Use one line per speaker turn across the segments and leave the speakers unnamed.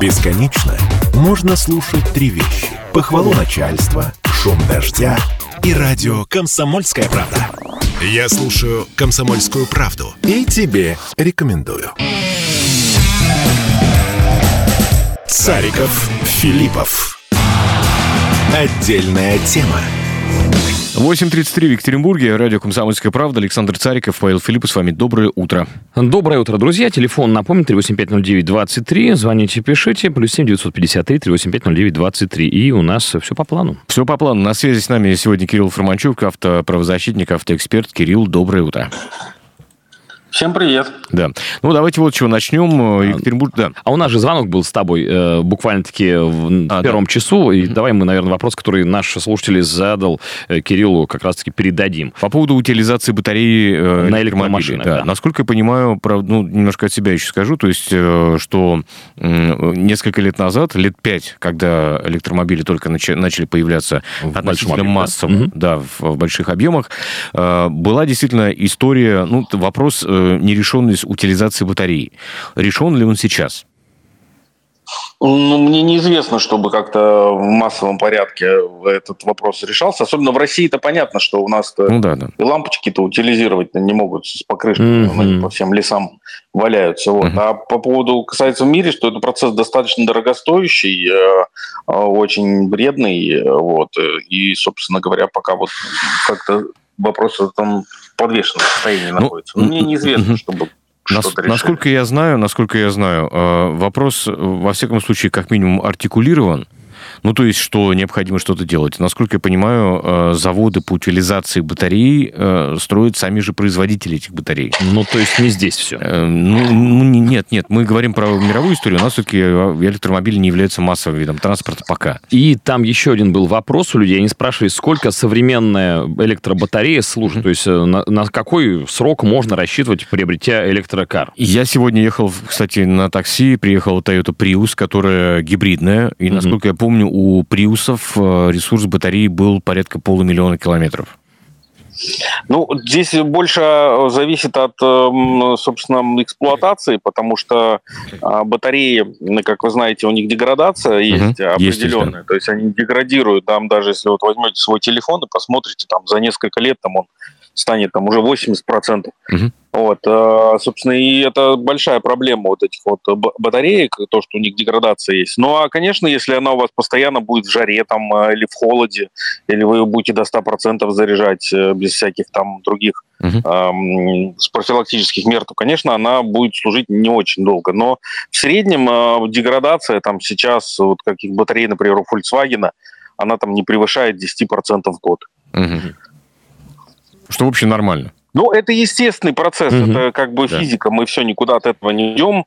Бесконечно можно слушать три вещи: похвалу начальства, шум дождя и радио «Комсомольская правда». Я слушаю «Комсомольскую правду» и тебе рекомендую. Цариков, Филиппов. Отдельная тема.
8:33 в Екатеринбурге. Радио «Комсомольская правда». Александр Цариков, Павел Филиппов с вами. Доброе утро.
Доброе утро, друзья. Телефон, напомню, 3850923. Звоните, пишите. +7 953 385 0923. И у нас все по плану.
Все по плану. На связи с нами сегодня Кирилл Форманчук, автоправозащитник, автоэксперт. Кирилл, доброе утро.
Всем привет.
Да. Ну, давайте вот с чего начнем. Екатеринбург, да.
А у нас же звонок был с тобой буквально-таки в первом часу. И давай мы, наверное, вопрос, который наш слушатель задал Кириллу, как раз-таки передадим.
По поводу утилизации батареи
на электромашинах.
Да. Насколько я понимаю, правда, немножко от себя еще скажу, то есть, что несколько лет назад, лет 5, когда электромобили только начали появляться относительно массово, да, в больших объемах, была действительно история, вопрос нерешенной утилизации батареи. Решен ли он сейчас?
Мне неизвестно, чтобы как-то в массовом порядке этот вопрос решался. Особенно в России-то понятно, что у нас и лампочки-то утилизировать не могут с покрышками, они по всем лесам валяются. Вот. А по поводу, касается в мире, что это процесс достаточно дорогостоящий, очень вредный. Вот. И, собственно говоря, пока вот как-то вопрос там в подвешенном состоянии находится. Мне неизвестно, чтобы что-то решили.
Насколько я знаю, вопрос, во всяком случае, как минимум артикулирован. То есть, что необходимо что-то делать. Насколько я понимаю, заводы по утилизации батарей строят сами же производители этих батарей.
То есть, не здесь все.
Нет. Мы говорим про мировую историю. У нас все-таки электромобили не являются массовым видом транспорта пока.
И там еще один был вопрос у людей. Они спрашивали, сколько современная электробатарея служит. То есть, на какой срок можно рассчитывать, приобретя электрокар?
Я сегодня ехал, кстати, на такси. Приехала Toyota Prius, которая гибридная. И, насколько я помню, у приусов ресурс батареи был порядка 500 000 километров.
Здесь больше зависит от, собственно, эксплуатации, потому что батареи, как вы знаете, у них деградация есть определенная.
Есть,
то есть они деградируют. Там даже если вот возьмете свой телефон и посмотрите, там за несколько лет там он станет там уже 80%. Вот, собственно, и это большая проблема вот этих вот батареек, то, что у них деградация есть. Конечно, если она у вас постоянно будет в жаре там, или в холоде, или вы будете до 100% заряжать без всяких там других профилактических мер, то, конечно, она будет служить не очень долго. Но в среднем деградация там сейчас, вот каких батарей, например, у Volkswagen, она там не превышает 10% в год.
Что, в общем, нормально.
Это естественный процесс, это как бы физика, мы все никуда от этого не идем.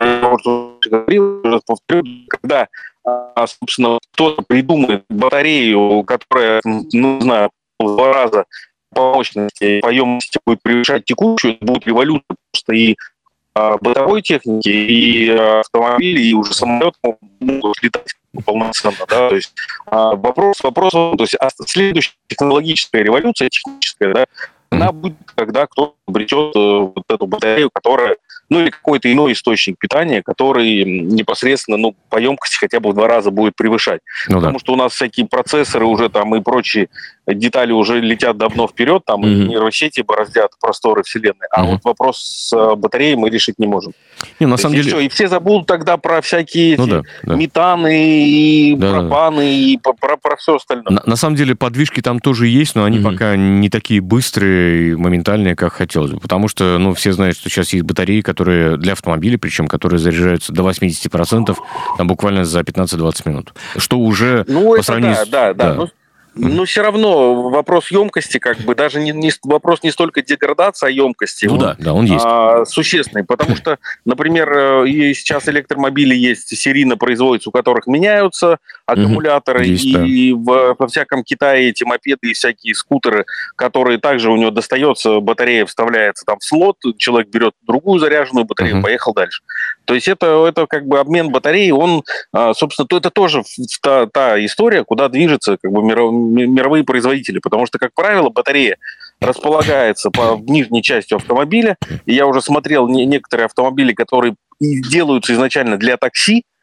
Когда, собственно, кто-то придумает батарею, которая, в 2 раза по мощности, по емкости будет превышать текущую, это будет революция просто и бытовой техники, и автомобили, и уже самолеты могут летать полноценно, да, то есть вопрос, то есть следующая технологическая революция, техническая, да, она будет, когда кто-то обретет вот эту батарею, которая, или какой-то иной источник питания, который непосредственно, по емкости хотя бы в 2 раза будет превышать. Потому что у нас всякие процессоры уже там и прочие детали уже летят давно вперед, там и нейросети бороздят просторы Вселенной, а вот вопрос с батареей мы решить не можем.
На самом деле...
И все забудут тогда про всякие метаны и пропаны и про все остальное.
На самом деле подвижки там тоже есть, но они пока не такие быстрые и моментальные, как хотелось бы. Потому что, все знают, что сейчас есть батареи, которые для автомобилей, причем, которые заряжаются до 80%, там буквально за 15-20 минут. Что уже по сравнению с...
Но все равно вопрос емкости, даже вопрос не столько деградации, а емкости.
Он есть.
Существенный, потому что, например, сейчас электромобили есть, серийно производятся, у которых меняются аккумуляторы, и во всяком Китае эти мопеды и всякие скутеры, которые также у него достается, батарея вставляется там в слот, человек берет другую заряженную батарею, поехал дальше. То есть это обмен батареи, он, собственно, это тоже та история, куда движется мировые производители, потому что, как правило, батарея располагается в нижней части автомобиля, и я уже смотрел некоторые автомобили, которые делаются изначально для такси,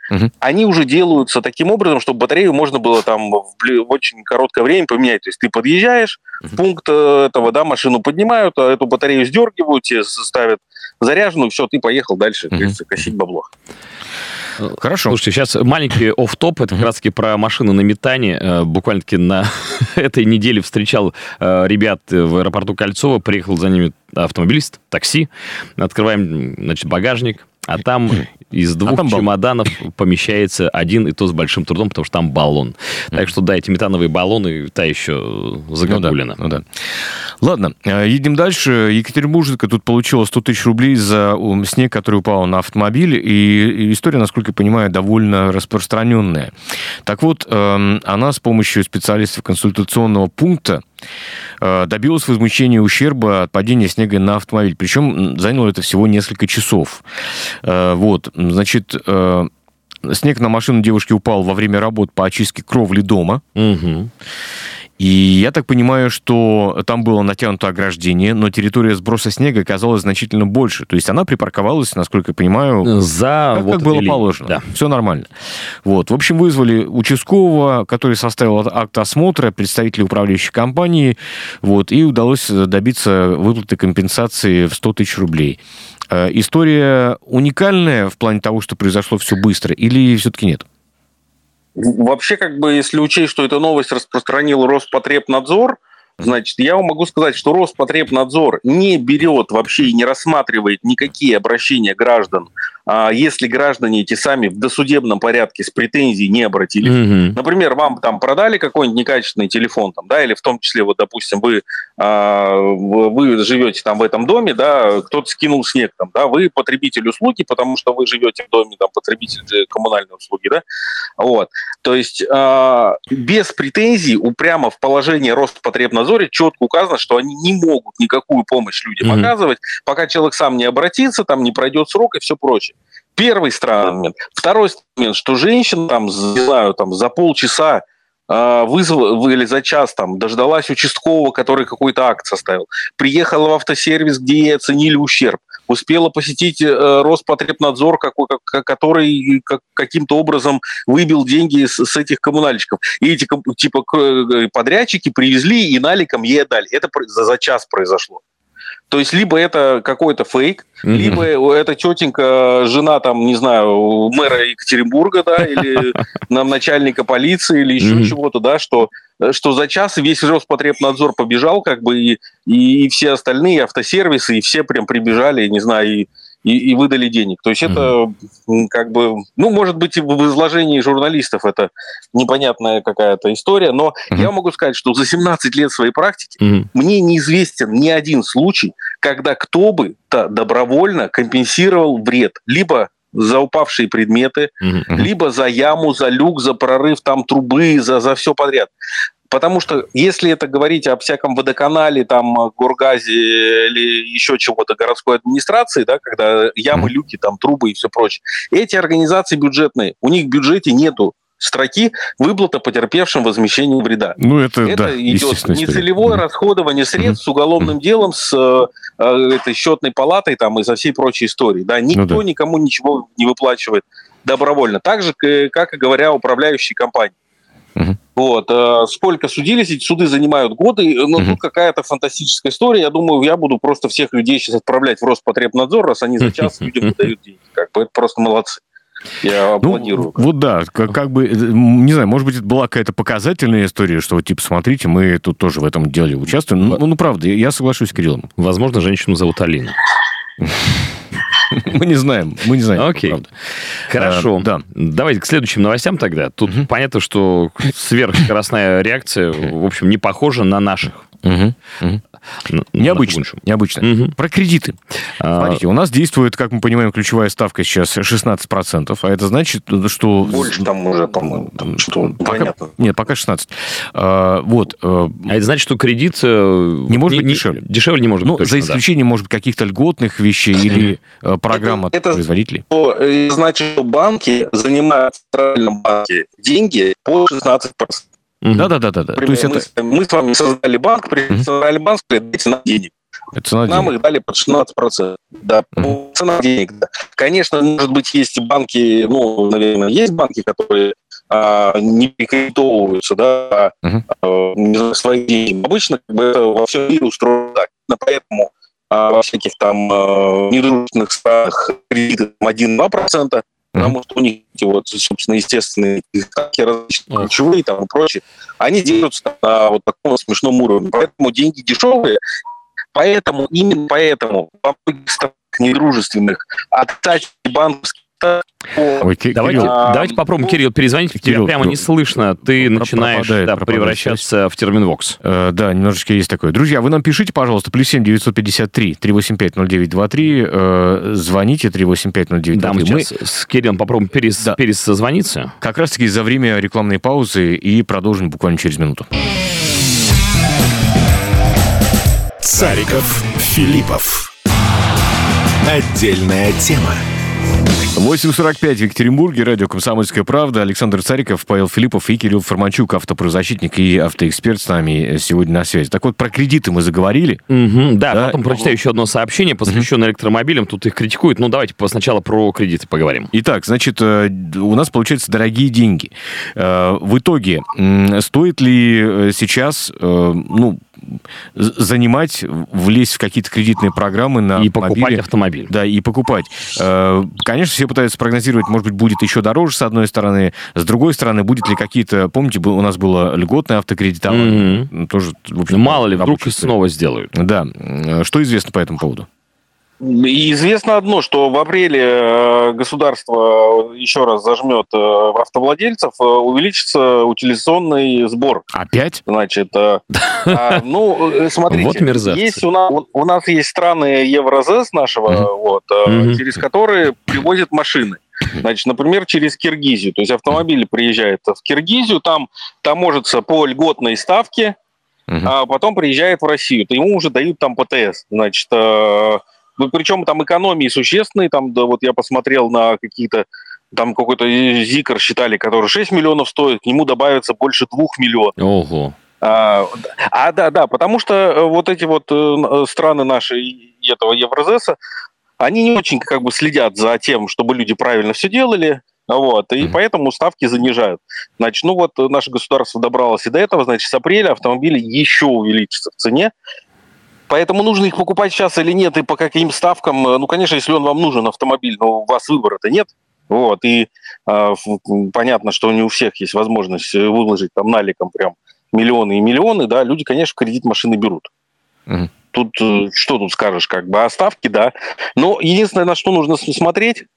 они уже делаются таким образом, чтобы батарею можно было там в очень короткое время поменять. То есть ты подъезжаешь в пункт этого, да, машину поднимают, а эту батарею сдергивают, тебе ставят заряженную, все, ты поехал дальше, как говорится, косить бабло.
Хорошо. Слушайте, сейчас маленький офф-топ, это как раз-таки про машины на метане. Буквально-таки на этой неделе встречал ребят в аэропорту Кольцово, приехал за ними автомобилист, такси, открываем, значит, багажник, а там из двух чемоданов помещается один, и то с большим трудом, потому что там баллон. Так что, да, эти метановые баллоны, та еще загогулина.
Ну да. Ладно, едем дальше. Екатеринбуржка тут получила 100 тысяч рублей за снег, который упал на автомобиль, и история, насколько я понимаю, довольно распространенная. Так вот, она с помощью специалистов консультационного пункта добилась возмещения ущерба от падения снега на автомобиль. Причем заняло это всего несколько часов. Вот, значит, снег на машину девушки упал во время работ по очистке кровли дома. И я так понимаю, что там было натянуто ограждение, но территория сброса снега оказалась значительно больше. То есть она припарковалась, насколько я понимаю, как было положено. Да. Все нормально. Вот. В общем, вызвали участкового, который составил акт осмотра, представителей управляющей компании, вот, и удалось добиться выплаты компенсации в 100 тысяч рублей. История уникальная в плане того, что произошло все быстро, или все-таки нет?
Вообще, как бы, если учесть, что эту новость распространил Роспотребнадзор, значит, я вам могу сказать, что Роспотребнадзор не берет вообще и не рассматривает никакие обращения граждан, если граждане эти сами в досудебном порядке с претензией не обратились. Например, вам там продали какой-нибудь некачественный телефон, там, да, или в том числе, вот, допустим, вы живете там в этом доме, да, кто-то скинул снег, там, да, вы потребитель услуги, потому что вы живете в доме, там, потребитель коммунальной услуги, да, вот. То есть без претензий прямо в положении Роспотребнадзора четко указано, что они не могут никакую помощь людям оказывать, пока человек сам не обратится, там не пройдет срок и все прочее. Первый странный момент. Второй момент, что женщина там, не знаю, там, за полчаса вызвала, или за час там, дождалась участкового, который какой-то акт составил, приехала в автосервис, где ей оценили ущерб, успела посетить Роспотребнадзор, который каким-то образом выбил деньги с этих коммунальщиков. И эти типа подрядчики привезли и наликом ей отдали. Это за час произошло. То есть либо это какой-то фейк, либо это тетенька, жена, там, не знаю, мэра Екатеринбурга, да, или начальника полиции, или еще чего-то, да, что за час весь Роспотребнадзор побежал, как бы, и все остальные автосервисы, и все прям прибежали, не знаю, и выдали денег. То есть это как бы, ну, может быть, и в изложении журналистов это непонятная какая-то история, но я могу сказать, что за 17 лет своей практики мне неизвестен ни один случай, когда кто бы добровольно компенсировал вред либо за упавшие предметы, либо за яму, за люк, за прорыв там трубы, за все подряд. Потому что если это говорить о всяком водоканале, там, Горгазе или еще чего-то городской администрации, да, когда ямы, люки, там, трубы и все прочее, эти организации бюджетные, у них в бюджете нету строки «выплата потерпевшим возмещение вреда».
Ну, это
идет нецелевое расходование средств с уголовным делом, с этой счетной палатой там, и со всей прочей историей. Да, никто никому ничего не выплачивает добровольно. Так же, как и говоря, управляющие компании. Вот. Сколько судились, эти суды занимают годы, но тут какая-то фантастическая история. Я думаю, я буду просто всех людей сейчас отправлять в Роспотребнадзор, раз они за час людям выдают деньги. Как бы это просто молодцы. Я аплодирую.
Ну, вот да, как бы, не знаю, может быть, это была какая-то показательная история, что, типа, смотрите, мы тут тоже в этом деле участвуем. Ну, правда, я соглашусь с Кириллом.
Возможно, женщину зовут Алина.
Мы не знаем.
Окей.
Правда.
Хорошо. Да. Давайте к следующим новостям тогда. Тут понятно, что сверхскоростная реакция, в общем, не похожа на наших.
Необычно. Про кредиты. Смотрите, у нас действует, как мы понимаем, ключевая ставка сейчас 16%, а это значит, что...
Больше там уже, по-моему, что понятно.
Нет, пока 16%. Вот.
А это значит, что кредит...
Не может быть дешевле.
Дешевле не может быть, точно,
за исключением, может быть, каких-то льготных вещей или программ от производителей.
Это значит, что банки занимают в Центральном банке деньги по 16%.
Да. То есть
мы с вами создали банк, Центральный банк говорит, дайте нам денег. Нам их дали под 16%. Да, цена денег. Да. Конечно, может быть, есть банки, наверное, есть банки, которые не перекредитовываются, да, не знаю, свои деньги. Обычно это во всем мире устроено так. Поэтому во всяких там недружественных странах кредиты 1-2%, потому что у них эти собственно, естественные ставки различные, ключевые там и прочее, они держатся на вот таком смешном уровне. Поэтому деньги дешевые, именно поэтому во многих странах недружественных оттачки банковских.
Давайте попробуем, Кирилл, перезвонить. Тебя прямо не слышно. Ты начинаешь превращаться в терминвокс.
Да, немножечко есть такое. Друзья, вы нам пишите, пожалуйста, +7 953 385 0923. Звоните 385 0923.
Да, мы сейчас с Кириллом попробуем пересозвониться.
Как раз-таки за время рекламной паузы и продолжим буквально через минуту.
Цариков, Филиппов. Отдельная тема.
8:45 в Екатеринбурге, радио «Комсомольская правда». Александр Цариков, Павел Филиппов и Кирилл Форманчук, автоправозащитник и автоэксперт с нами сегодня на связи. Так вот, про кредиты мы заговорили.
Да, потом прочитаю еще одно сообщение, посвященное электромобилям. Тут их критикуют. Давайте сначала про кредиты поговорим.
Итак, значит, у нас, получается, дорогие деньги. В итоге, стоит ли сейчас, влезть в какие-то кредитные программы на
и покупать автомобиль.
Да, и покупать. Конечно, все пытаются прогнозировать, может быть, будет еще дороже, с одной стороны. С другой стороны, будет ли какие-то... Помните, у нас было льготное автокредитование. Тоже, в общем,
мало ли, вдруг и снова сделают.
Да. Что известно по этому поводу?
Известно одно, что в апреле государство еще раз зажмет автовладельцев, увеличится утилизационный сбор.
Опять?
Значит, смотрите,
вот мерзавцы.
У нас есть страны Евразес нашего, через которые привозят машины. Значит, например, через Киргизию. То есть автомобиль приезжает в Киргизию, там таможится по льготной ставке, а потом приезжает в Россию. То ему уже дают там ПТС. Значит, причем там экономии существенные, там, да, вот я посмотрел на какие-то, там какой-то Зикр считали, который 6 миллионов стоит, к нему добавится больше 2 миллионов.
Ого.
Да, потому что вот эти вот страны наши этого Евразеса, они не очень следят за тем, чтобы люди правильно все делали, и поэтому ставки занижают. Значит, наше государство добралось и до этого, значит, с апреля автомобили еще увеличатся в цене. Поэтому нужно их покупать сейчас или нет, и по каким ставкам. Конечно, если он вам нужен, автомобиль, но у вас выбора-то нет. И понятно, что не у всех есть возможность выложить там наликом прям миллионы и миллионы, да, люди, конечно, в кредит машины берут. Тут что тут скажешь, а ставки, да. Но единственное, на что нужно смотреть,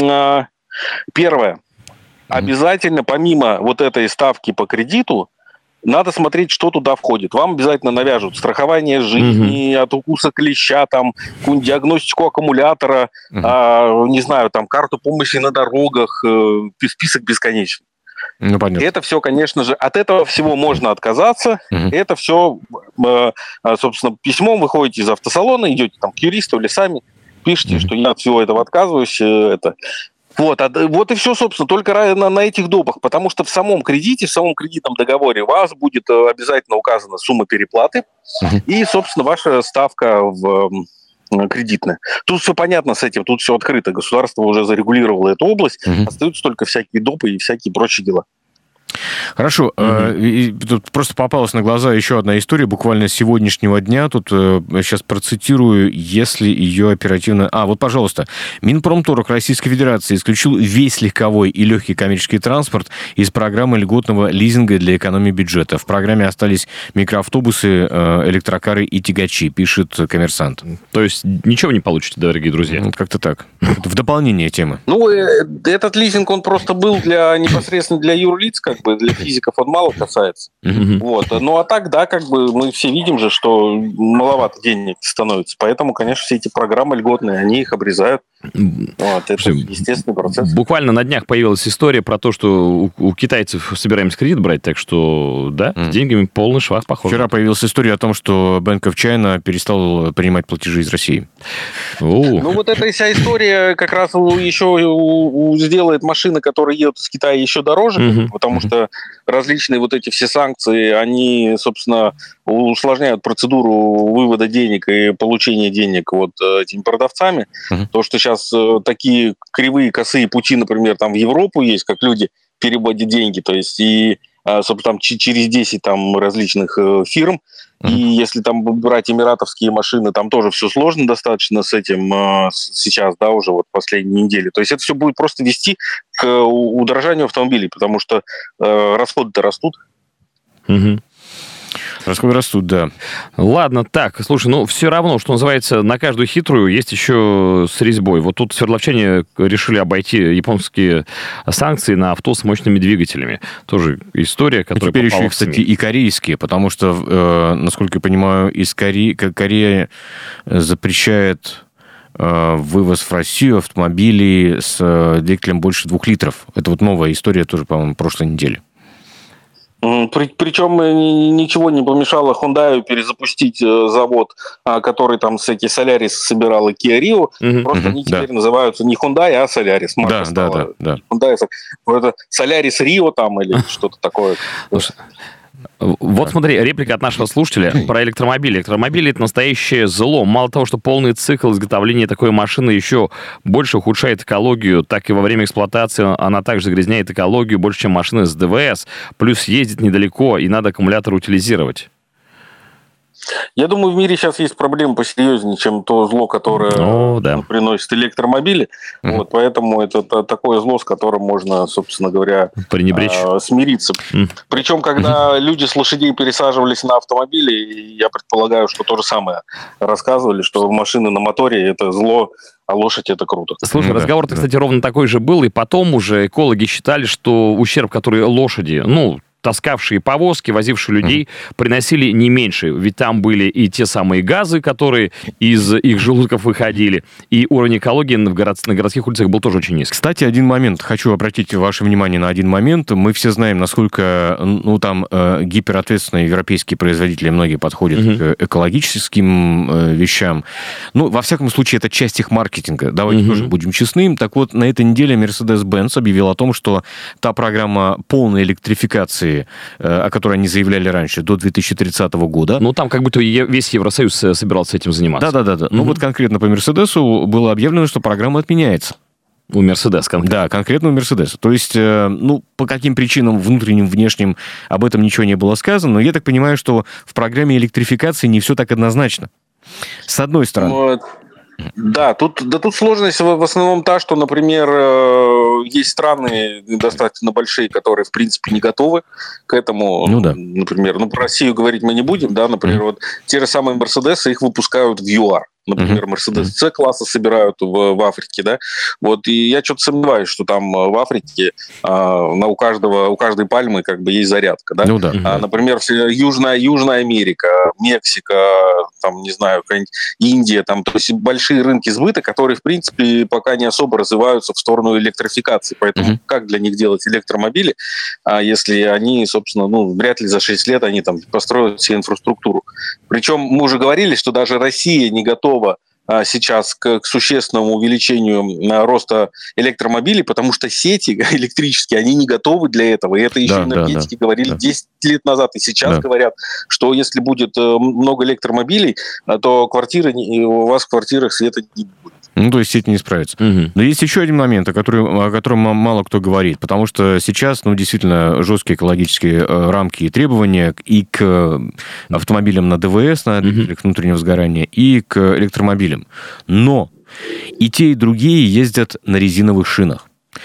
первое, обязательно помимо вот этой ставки по кредиту, надо смотреть, что туда входит. Вам обязательно навяжут страхование жизни, от укуса клеща, там, какую-нибудь диагностику аккумулятора, не знаю, там, карту помощи на дорогах, список бесконечный.
Понятно.
Это все, конечно же, от этого всего можно отказаться. Это все, собственно, письмом вы ходите из автосалона, идете там к юристу или сами, пишите, что я от всего этого отказываюсь. Вот и все, собственно, только на этих допах, потому что в самом кредите, в самом кредитном договоре у вас будет обязательно указана сумма переплаты и, собственно, ваша ставка кредитная. Тут все понятно с этим, тут все открыто. Государство уже зарегулировало эту область, остаются только всякие допы и всякие прочие дела.
Хорошо. Тут просто попалась на глаза еще одна история буквально с сегодняшнего дня. Тут сейчас процитирую, если ее оперативно... пожалуйста. Минпромторг Российской Федерации исключил весь легковой и легкий коммерческий транспорт из программы льготного лизинга для экономии бюджета. В программе остались микроавтобусы, электрокары и тягачи, пишет «Коммерсант».
То есть ничего не получите, дорогие друзья?
Как-то так. В дополнение темы.
Этот лизинг, он просто был непосредственно для юрлиц, для физиков он мало касается. А так, да, мы все видим же, что маловато денег становится. Поэтому, конечно, все эти программы льготные, они их обрезают. Это естественный процесс.
Буквально на днях появилась история про то, что у китайцев собираемся кредит брать, так что, да, с деньгами полный швах, похоже.
Вчера появилась история о том, что Bank of China перестал принимать платежи из России.
Эта вся история как раз еще сделает машины, которые едут из Китая, еще дороже, потому что что различные вот эти все санкции, они, собственно, усложняют процедуру вывода денег и получения денег вот этими продавцами. То, что сейчас такие кривые, косые пути, например, там в Европу есть, как люди переводят деньги, то есть и собственно, там через 10 там различных фирм. И если там брать эмиратовские машины, там тоже все сложно достаточно с этим сейчас, да, уже вот последние недели. То есть это все будет просто вести к удорожанию автомобилей, потому что расходы-то растут.
Расходы растут, да.
Ладно, так, слушай, ну все равно, что называется, на каждую хитрую есть еще с резьбой. Вот тут свердловчане решили обойти японские санкции на авто с мощными двигателями. Тоже история, которая
теперь еще, кстати, и корейские, потому что, насколько я понимаю, Корея запрещает вывоз в Россию автомобилей с двигателем больше 2 литров. Это вот новая история тоже, по-моему, прошлой недели.
Причем ничего не помешало Hyundai перезапустить завод, который там всякие Solaris собирал, и Kia Rio. Просто они теперь называются не Hyundai, а Solaris.
Да.
Hyundai, это Solaris Rio там или что-то такое.
Вот смотри, реплика от нашего слушателя про электромобили. Электромобили — это настоящее зло. Мало того, что полный цикл изготовления такой машины еще больше ухудшает экологию, так и во время эксплуатации она также загрязняет экологию больше, чем машины с ДВС. Плюс ездит недалеко, и надо аккумулятор утилизировать.
Я думаю, в мире сейчас есть проблемы посерьезнее, чем то зло, которое приносит электромобили. Вот, поэтому это такое зло, с которым можно, собственно говоря, смириться. Причем, когда люди с лошадей пересаживались на автомобили, я предполагаю, что то же самое рассказывали, что машины на моторе – это зло, а лошадь – это круто.
Слушай, разговор-то, кстати, ровно такой же был, и потом уже экологи считали, что ущерб, который лошади, таскавшие повозки, возившие людей, приносили не меньше. Ведь там были и те самые газы, которые из их желудков выходили, и уровень экологии на городских улицах был тоже очень низкий.
Кстати, один момент. Хочу обратить ваше внимание на один момент. Мы все знаем, насколько там гиперответственные европейские производители многие подходят к экологическим вещам. Во всяком случае, это часть их маркетинга. Давайте тоже будем честны. Так вот, на этой неделе Mercedes-Benz объявил о том, что та программа полной электрификации, о которой они заявляли раньше, до 2030 года.
Там как будто весь Евросоюз собирался этим заниматься.
Да. Вот конкретно по Мерседесу было объявлено, что программа отменяется.
У Мерседес конкретно?
Да, конкретно у Мерседеса. То есть, по каким причинам внутренним, внешним об этом ничего не было сказано, но я так понимаю, что в программе электрификации не все так однозначно. С одной стороны.
Да, тут сложность в основном та, что, например, есть страны достаточно большие, которые, в принципе, не готовы к этому. Например, про Россию говорить мы не будем, да, например, вот те же самые Мерседесы, их выпускают в ЮАР. Например, Mercedes C-класса собирают в Африке, да. Вот, и я что-то сомневаюсь, что там в Африке у каждой пальмы как бы есть зарядка, да. Например, Южная Америка, Мексика, там, не знаю, какая-нибудь Индия, там, то есть большие рынки сбыта, которые, в принципе, пока не особо развиваются в сторону электрификации. Поэтому как для них делать электромобили, если они, собственно, вряд ли за 6 лет они там построят себе инфраструктуру. Причем мы уже говорили, что даже Россия не готова сейчас к существенному увеличению роста электромобилей, потому что сети электрические, они не готовы для этого. И это еще энергетики говорили 10 лет назад. И сейчас говорят, что если будет много электромобилей, то у вас в квартирах света не будет.
То есть сеть не справится. Но есть еще один момент, о котором мало кто говорит, потому что сейчас, действительно, жесткие экологические рамки и требования и к автомобилям на ДВС, на двигателях внутреннего сгорания, и к электромобилям. Но и те, и другие ездят на резиновых шинах.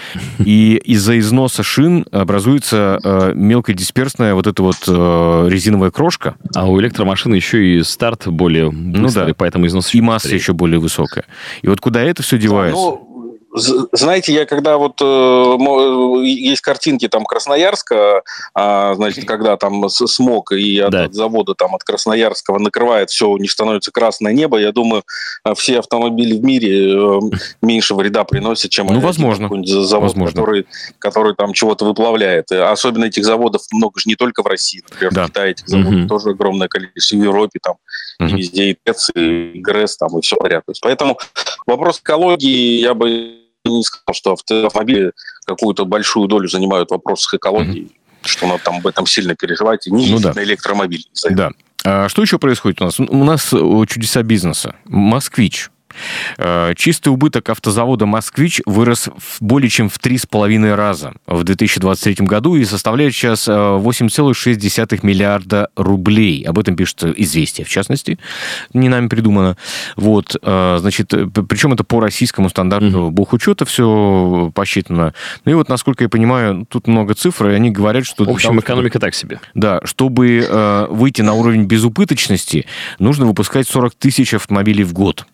И из-за износа шин образуется мелкодисперсная вот эта вот резиновая крошка.
А у электромашины еще и старт более быстрый, поэтому износ еще
и масса еще более высокая. И вот куда это все девается?
Знаете, я когда есть картинки там Красноярска, значит, когда там смог и от завода там от Красноярского накрывает все, у них становится красное небо, я думаю, все автомобили в мире меньше вреда приносят, чем какой-нибудь завод, который там чего-то выплавляет. Особенно этих заводов много же не только в России, например, в Китае этих заводов тоже огромное количество, в Европе там и везде и ТЭЦ, и ГРЭС там, и все порядок. Поэтому вопрос экологии я бы не сказал, что автомобили какую-то большую долю занимают в вопросах экологии. что надо там об этом сильно переживать и не ездить на электромобиле.
Да. А что еще происходит у нас? У нас чудеса бизнеса. «Москвич». Чистый убыток автозавода «Москвич» вырос более чем в 3,5 раза в 2023 году и составляет сейчас 8,6 миллиарда рублей. Об этом пишет «Известия», в частности, не нами придумано. Вот, значит, причем это по российскому стандарту бухучета все посчитано. Ну и вот, насколько я понимаю, тут много цифр, и они говорят, что...
В общем, экономика так себе.
Да, чтобы выйти на уровень безубыточности, нужно выпускать 40 тысяч автомобилей в год.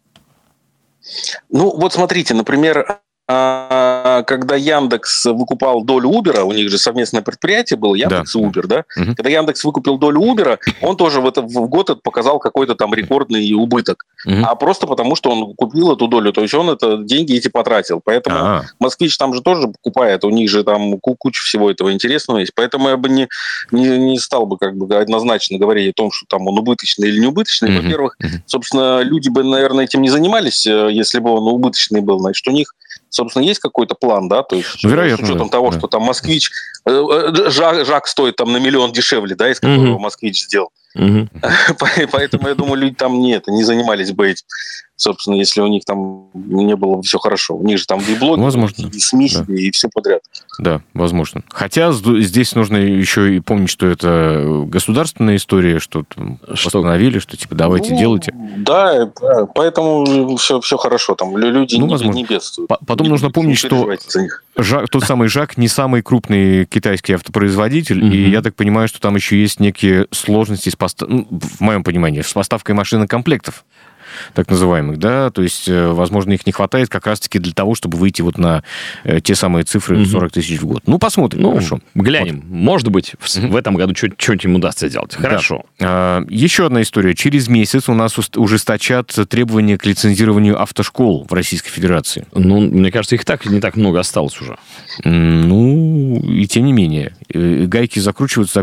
Ну, вот смотрите, например, когда Яндекс выкупал долю Uber, у них же совместное предприятие было, Яндекс и Uber, да? Когда Яндекс выкупил долю Uber, он тоже в год показал какой-то там рекордный убыток. А просто потому, что он купил эту долю, то есть он деньги эти потратил. Поэтому «Москвич» там же тоже покупает, у них же там куча всего этого интересного есть. Поэтому я бы не стал бы как бы однозначно говорить о том, что там он убыточный или не убыточный. Во-первых, собственно, люди бы, наверное, этим не занимались, если бы он убыточный был. Значит, у них, собственно, есть какой-то план, да, то есть
вероятно,
с учетом того, что там «Москвич», «Жак» стоит там на миллион дешевле, да, из которого «Москвич» сделал. Поэтому, я думаю, люди там не занимались бы этим. Собственно, если у них там не было все хорошо. У них же там и блоги,
возможно,
и СМИ, и все подряд.
Да, возможно. Хотя здесь нужно еще и помнить, что это государственная история, что постановили, что типа давайте делайте.
Да, поэтому все хорошо. Там люди не бедствуют.
Потом нужно помнить, что тот самый «Жак» не самый крупный китайский автопроизводитель, и я так понимаю, что там еще есть некие сложности в моем понимании, с поставкой машинокомплектов, так называемых, да, то есть, возможно, их не хватает как раз-таки для того, чтобы выйти вот на те самые цифры 40 тысяч в год. Ну, посмотрим, хорошо.
Глянем. Вот. Может быть, в этом году что-нибудь им удастся сделать. Хорошо.
Да. Еще одна история. Через месяц у нас ужесточат требования к лицензированию автошкол в Российской Федерации.
Ну, мне кажется, их так не так много осталось уже.
Ну, и тем не менее. Гайки закручиваются.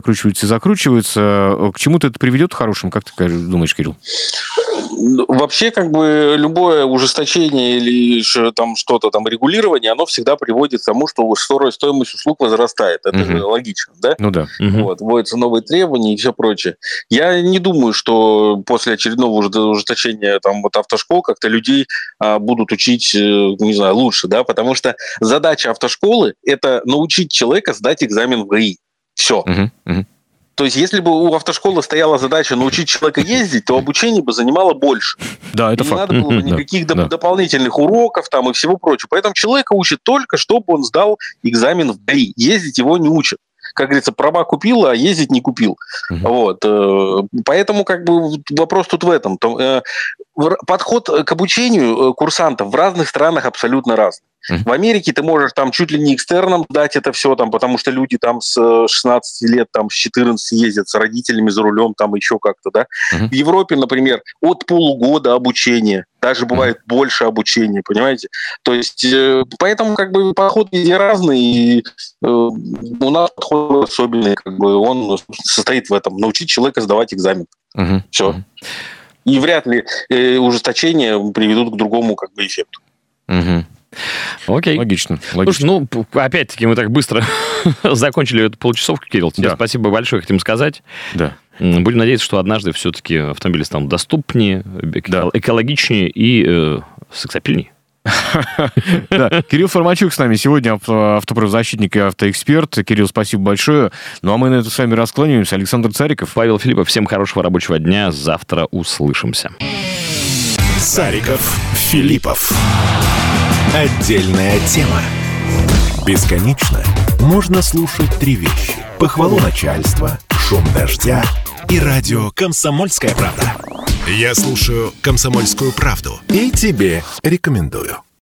К чему-то это приведет хорошим? Как ты думаешь, Кирилл?
Вообще, как бы, любое ужесточение или там что-то там регулирование, оно всегда приводит к тому, что стоимость услуг возрастает. Это же логично, да?
Ну да.
Вот, вводятся новые требования и все прочее. Я не думаю, что после очередного ужесточения там вот автошкол как-то людей будут учить, не знаю, лучше, да? Потому что задача автошколы – это научить человека сдать экзамен в ГАИ. Все. То есть, если бы у автошколы стояла задача научить человека ездить, то обучение бы занимало больше.
Да, это
и
факт.
Не надо было бы никаких дополнительных уроков там и всего прочего. Поэтому человека учат только, чтобы он сдал экзамен в ГАИ. Ездить его не учат. Как говорится, права купил, а ездить не купил. Вот. Поэтому как бы вопрос тут в этом. Подход к обучению курсантов в разных странах абсолютно разный. В Америке ты можешь там чуть ли не экстерном дать это все, там, потому что люди там с 16 лет, там, с 14 ездят с родителями за рулем, там еще как-то, да. В Европе, например, от полугода обучения, даже бывает больше обучения, понимаете? То есть, поэтому как бы подход везде разный, и у нас подход особенный, как бы он состоит в этом, научить человека сдавать экзамен. Все. И вряд ли ужесточения приведут к другому как бы эффекту.
Окей.
Логично.
Слушай, ну, опять-таки, мы так быстро закончили эту получасовку, Кирилл. Тебе спасибо большое, хотим сказать.
Да.
Будем надеяться, что однажды все-таки автомобили станут доступнее, экологичнее и сексапильнее.
Да, Кирилл Формачук с нами сегодня, автоправозащитник и автоэксперт. Кирилл, спасибо большое. Ну, а мы на это с вами раскланяемся. Александр Цариков.
Павел Филиппов. Всем хорошего рабочего дня. Завтра услышимся.
Цариков, Филиппов. Отдельная тема. Бесконечно можно слушать три вещи. Похвалу начальства, шум дождя и радио «Комсомольская правда». Я слушаю «Комсомольскую правду» и тебе рекомендую.